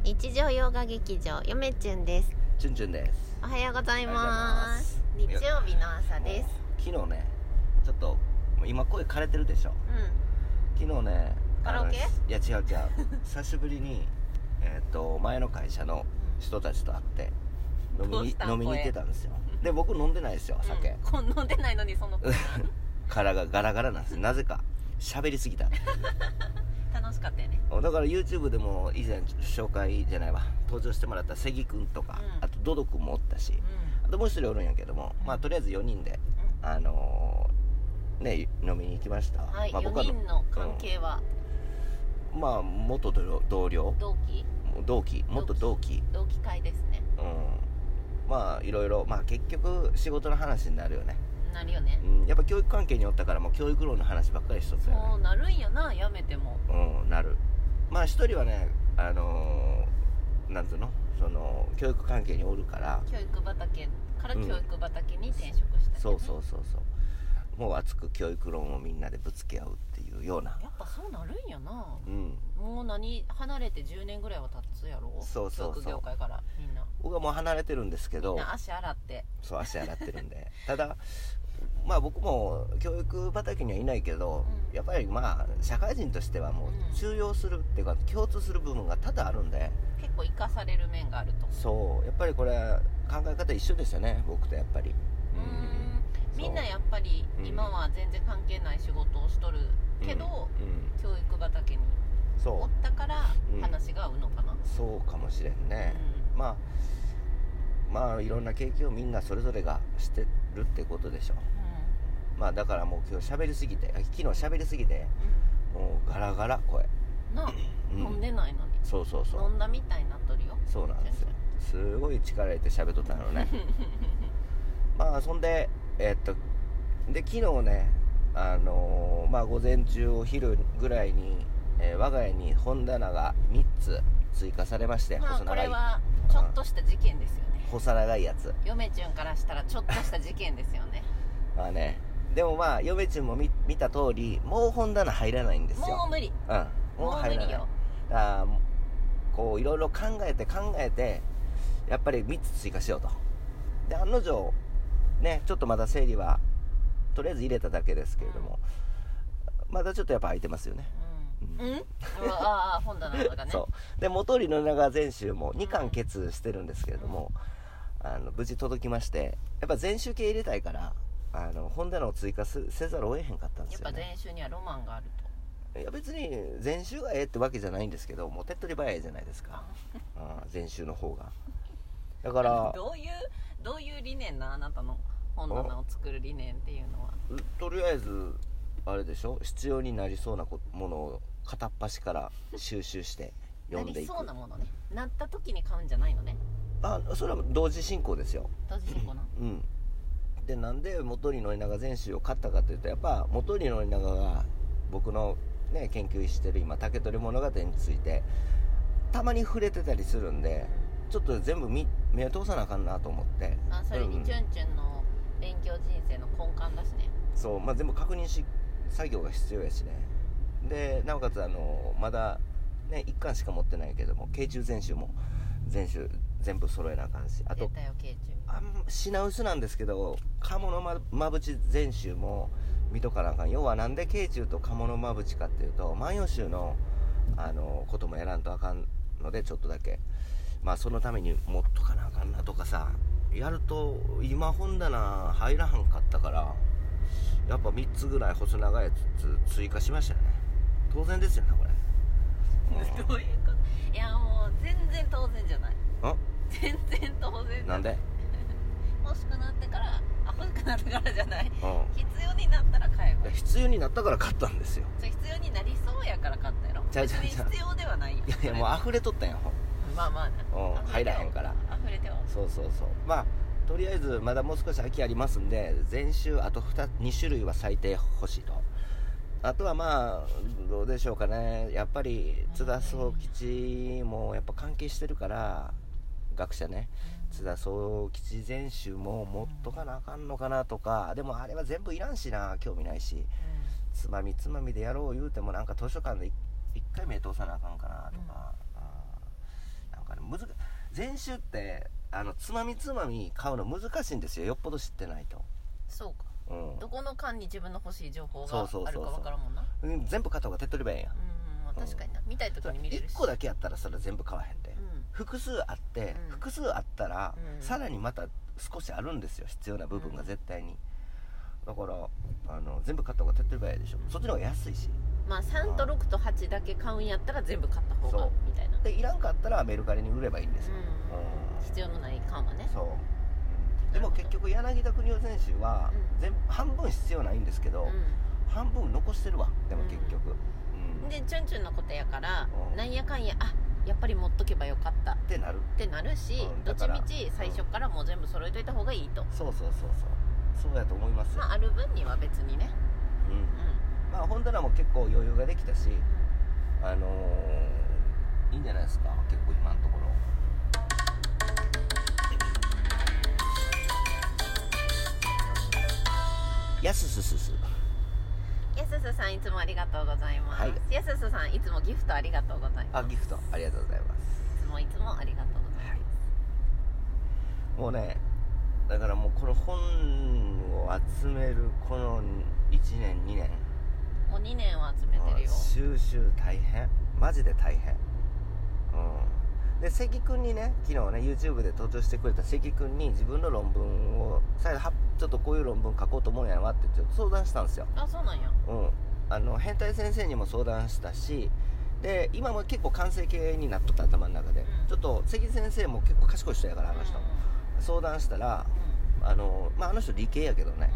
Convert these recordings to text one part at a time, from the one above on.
日常洋画劇場よめちゅんです。 チュンチュンです。 おはようございます。日曜日の朝です。 昨日ね、ちょっと今声枯れてるでしょ。昨日ね、 カラオケ？ いや違う久しぶりに前の会社の人たちと会って飲みに行ってたんですよ。で僕飲んでないですよ、酒、 飲んでないのにその声殻がガラガラなんです。なぜか喋りすぎた楽しかったよね。 だから YouTube でも以前紹介じゃないわ登場してもらった関くんとか、あとドドくんもおったし、あともう一人おるんやけども、まあとりあえず4人で、ね、飲みに行きました。 はい、 まあ、 4人の関係は、 まあ元同僚、同期元同期会ですね。 まあいろいろ、まあ結局仕事の話になるよね。 なるよね。 やっぱ教育関係におったからもう教育論の話ばっかりしとったよね。 そうなるんやな、やめても。 なる。まあ一人はね、なんつうの、その教育関係におるから教育畑から教育畑に転職した、ねそうもう熱く教育論をみんなでぶつけ合うっていうような。 やっぱそうなるんやな。もう離れて10年ぐらいは経つやろ。 そう教育業界からみんな。 僕はもう離れてるんですけど、 みんな足洗ってるんでただまあ僕も教育畑にはいないけど、やっぱりまあ社会人としてはもう通用するっていうか、共通する部分が多々あるんで、 結構生かされる面があると。 そうやっぱりこれ考え方一緒ですよね、僕とやっぱり。 みんなやっぱり今は全然関係ない仕事をしとるけど、教育畑におったから話が合うのかな。 そうかもしれんね。まあいろんな経験をみんなそれぞれがしてるってことでしょ。まあだからもう今日喋りすぎて、昨日喋りすぎて、もうガラガラ声な、飲んでないのに。そう飲んだみたいになっとるよ。 そうなんですよ。すごい力入れて喋っとったのねまあそんでで昨日ね、まあ午前中お昼ぐらいに、我が家に本棚が3つ追加されまして、 まあこれはちょっとした事件ですよね。 細長いやつ。 嫁ちゅんからしたらちょっとした事件ですよねまあね、でもまあ嫁ちゅんも見た通り、もう本棚入らないんですよ。 もう無理。 もう入らない。 よ。 だからこういろいろ考えてやっぱり3つ追加しようと。で案の定ね、ちょっとまだ整理はとりあえず入れただけですけれども、まだちょっとやっぱ空いてますよね。 本棚の中ね。 そうで元利の長全集も2巻決してるんですけれども、無事届きまして、やっぱ全集系入れたいから本棚を追加せざるを得へんかったんですよね。 やっぱ全集にはロマンがあると。 いや別に全集がええってわけじゃないんですけど、もう手っ取り早いじゃないですか全集の方が。だからどういう理念な、あなたの本棚を作る理念っていうのは。 とりあえずあれでしょ、必要になりそうなものを片っ端から収集して読んでいく。 なりそうなものね。なった時に買うんじゃないのね。 それは同時進行ですよ。 同時進行な。 でなんで元利宣長全集を買ったかというと、やっぱ元利宣長が僕のね研究してる今竹取物語についてたまに触れてたりするんで、ちょっと全部目を通さなあかんなと思って。 それにチュンチュンの勉強人生の根幹だしね。 そう、全部確認作業が必要やしね。でなおかつまだね1巻しか持ってないけども、慶中全集も全部揃えなあかんし、あと品薄なんですけど鴨のまぶち全集も見とかなあかん。要はなんで慶中と鴨のまぶちかっていうと、万葉集のこともやらんとあかんので、ちょっとだけそのために持っとかなあかんなとかさ、やると今本棚入らはんかったから、やっぱ3つぐらい細長いやつ追加しましたよね。当然ですよねこれどういうこと。いやもう全然当然じゃない。全然当然じゃない。 なんで欲しくなってからじゃない、必要になったら買えば。 必要になったから買ったんですよ。 必要になりそうやから買ったやろ。別に必要ではないよ。 いやもう溢れとったんやまあ入らへんから溢れては。 そうとりあえずまだもう少し空きありますんで、全集あと2種類は最低欲しいと。あとはどうでしょうかね、やっぱり津田宗吉もやっぱ関係してるから、学者ね、津田宗吉全集も持っとかなあかんのかなとか。でもあれは全部いらんしな、興味ないし、つまみでやろう言うてもなんか図書館で一回目通さなあかんかなとか、なん全集ってつまみつまみ買うの難しいんですよ、よっぽど知ってないと。 そうか、どこの間に自分の欲しい情報があるか分からんもんな。 全部買った方が手っ取り早いやん。 確かにな、見たい時に見れるし。 1個だけやったらそれ全部買わへんで、複数あって、複数あったら、さらにまた少しあるんですよ、必要な部分が絶対に。だから全部買った方が手っ取り早いでしょ。そっちの方が安いし。 まあ3と6と8だけ買うんやったら全部買った方がみたいな。 でいらんかったらメルカリに売ればいいんですよ。 必要のない缶はね。 そう、でも結局柳田国男選手は半分必要ないんですけど、半分残してるわ。でも結局、 でチュンチュンのことやから、なんやかんややっぱり持っとけばよかったってなるし、どっちみち最初からもう全部揃えといた方がいいと。 そうやと思いますよ。 ある分には別にね。 まあ本棚も結構余裕ができたし、いいんじゃないですか、結構今のところ。やすすすさんいつもありがとうございます。やすすさんいつもギフトありがとうございます。 ギフトありがとうございます。 いつもありがとうございます。 もうね、だからもうこの本を集めるこの1年2年、 もう2年は集めてるよ。 収集大変、マジで大変。で関君にね、昨日ね YouTube で登場してくれた関君に自分の論文をちょっとこういう論文書こうと思うんやなってちょっと相談したんですよ。 そうなんや。 変態先生にも相談したし、で今も結構完成形になっとった、頭の中で、ちょっと関先生も結構賢い人やから、相談したら、あの人理系やけどね、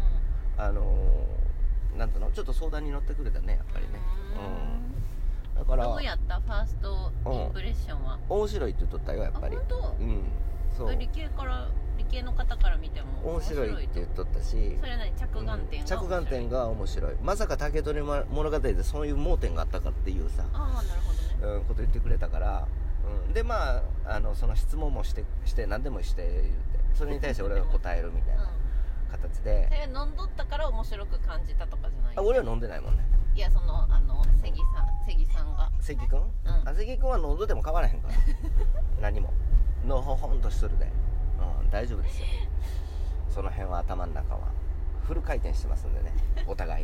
なんとのちょっと相談に乗ってくれたね、やっぱりね。だからどうやった、ファーストインプレッションは。 面白いって言っとったよ、やっぱり。 本当？そう。理系の方から見ても面白いって言っとったし、 それは何、着眼点が面白い。まさか竹取物語でそういう盲点があったかっていうさ、 なるほどね、 こと言ってくれたから、でまあその質問もして何でもして言って、それに対して俺が答えるみたいな形で。 それ飲んどったから面白く感じたとかじゃない？ 俺は飲んでないもんね。 いや、その関さんが。 関君？関君は飲んどても変わらへんから何ものほほんとしとるで、大丈夫ですよ。その辺は頭の中はフル回転してますんでね、お互い。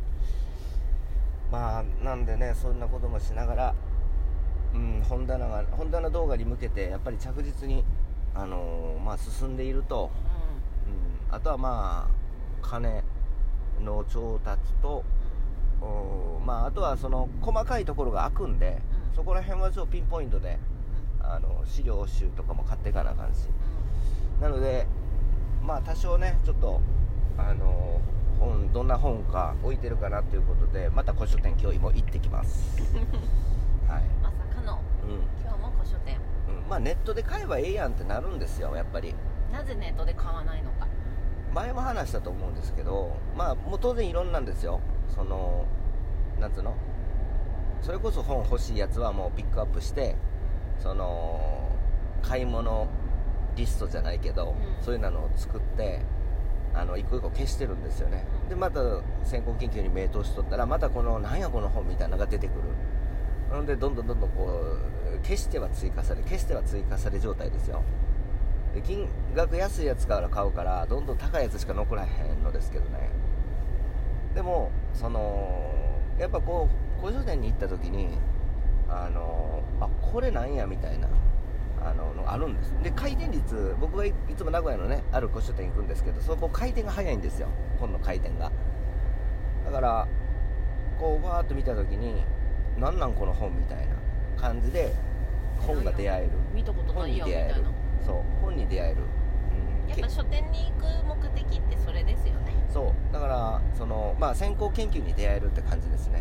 まあなんでね、そんなこともしながら、本棚動画に向けてやっぱり着実に進んでいると、あとはまあ金の調達と、あとはその細かいところが開くんで、そこら辺はちょっとピンポイントで、資料集とかも買っていかなあかんし、なのでまあ多少ね、ちょっとどんな本か置いてるかなということで、また古書店今日も行ってきますはい、 まさかの、今日も古書店、 まあネットで買えばええやんってなるんですよ、やっぱり。 なぜネットで買わないのか、 前も話したと思うんですけど、まあもう当然いろんなんですよ。なんつうの、それこそ本欲しいやつはもうピックアップして、買い物リストじゃないけど、そういうのを作って一個一個消してるんですよね。でまた先行研究に目通しとったら、またなんやこの本みたいなのが出てくる。なのでどんどんこう消しては追加され状態ですよ。で金額安いやつから買うから、どんどん高いやつしか残らへんのですけどね。でもやっぱこう古書店に行った時にこれなんやみたいなのあるんです。で回転率、僕がいつも名古屋のねある古書店行くんですけど、そこ回転が早いんですよ、本の回転が。だからこうわーっと見た時に、なんなんこの本みたいな感じで本が出会える、 見たことないよみたいな。 そう、本に出会える、 やっぱ書店に行く目的ってそれですよね。 そうだから先行研究に出会えるって感じですね。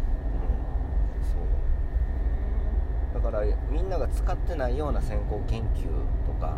そうだからみんなが使ってないような先行研究とか、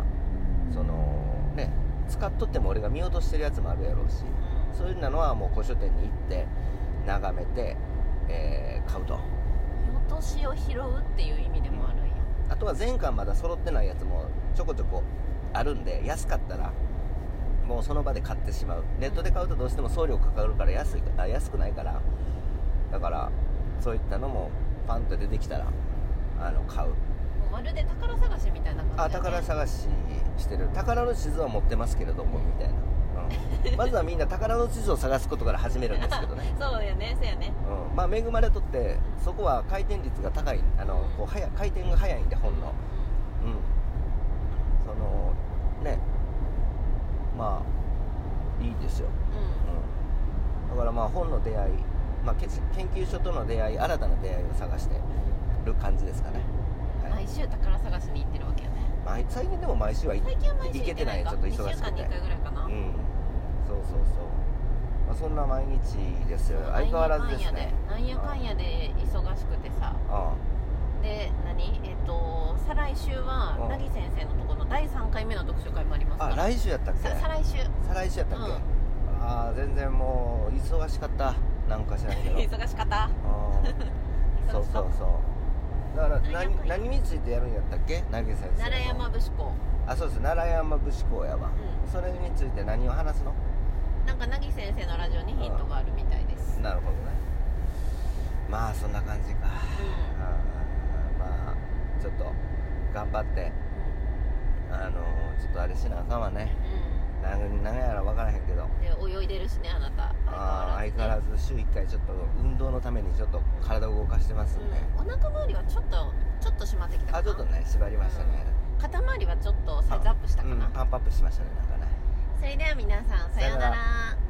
使っとっても俺が見落としてるやつもあるやろうし、そういうのはもう古書店に行って眺めて、買うと。 見落としを拾うっていう意味でもあるんや。 あとは前巻まだ揃ってないやつもちょこちょこあるんで、安かったらもうその場で買ってしまう。ネットで買うとどうしても送料かかるから安くないから、だからそういったのもパンと出てきたら買う。 もうまるで宝探しみたいな感だよね。 宝探ししてる。宝の地図は持ってますけれどもみたいな、まずはみんな宝の地図を探すことから始めるんですけどねそうやね、そうやね、 まあ恵まれとってそこは回転率が高い、こう回転が早いんで本の、そのね、まあいいですよ、だからまあ本の出会い、まあ、研究所との出会い、新たな出会いを探してる感じですかね、 毎週宝探しに行ってるわけよね。 最近でも毎週は行けてない、ちょっと忙しくて、2 週間に1回ぐらいかな。 そうそうそう、まあ、そんな毎日ですよ。相変わらずですね。 なんやかんやで忙しくてさ、で再来週は凪先生のところの第3回目の読書会もありますから。 来週やったっけ？ 再来週やったっけ？全然もう忙しかった、なんか知らんけど忙しかったそうそうそう、だから何についてやるんやったっけ、凪先生。 奈良山節子。 そうです、奈良山節子やわ、それについて何を話すの？ なんか凪先生のラジオにヒントがあるみたいです。 なるほどね。まあそんな感じか、まあちょっと頑張って、ちょっとあれしなあかんわね、何やら分からへんけど。 で泳いでるしね、あなた。 相変わらず週1回ちょっと運動のためにちょっと体を動かしてますんで、 お腹周りはちょっと締まってきたかな。 ちょっとね縛りましたね、 肩周りはちょっとサイズアップしたかな、 パンプアップしましたね、なんかね。 それでは皆さん、さようなら。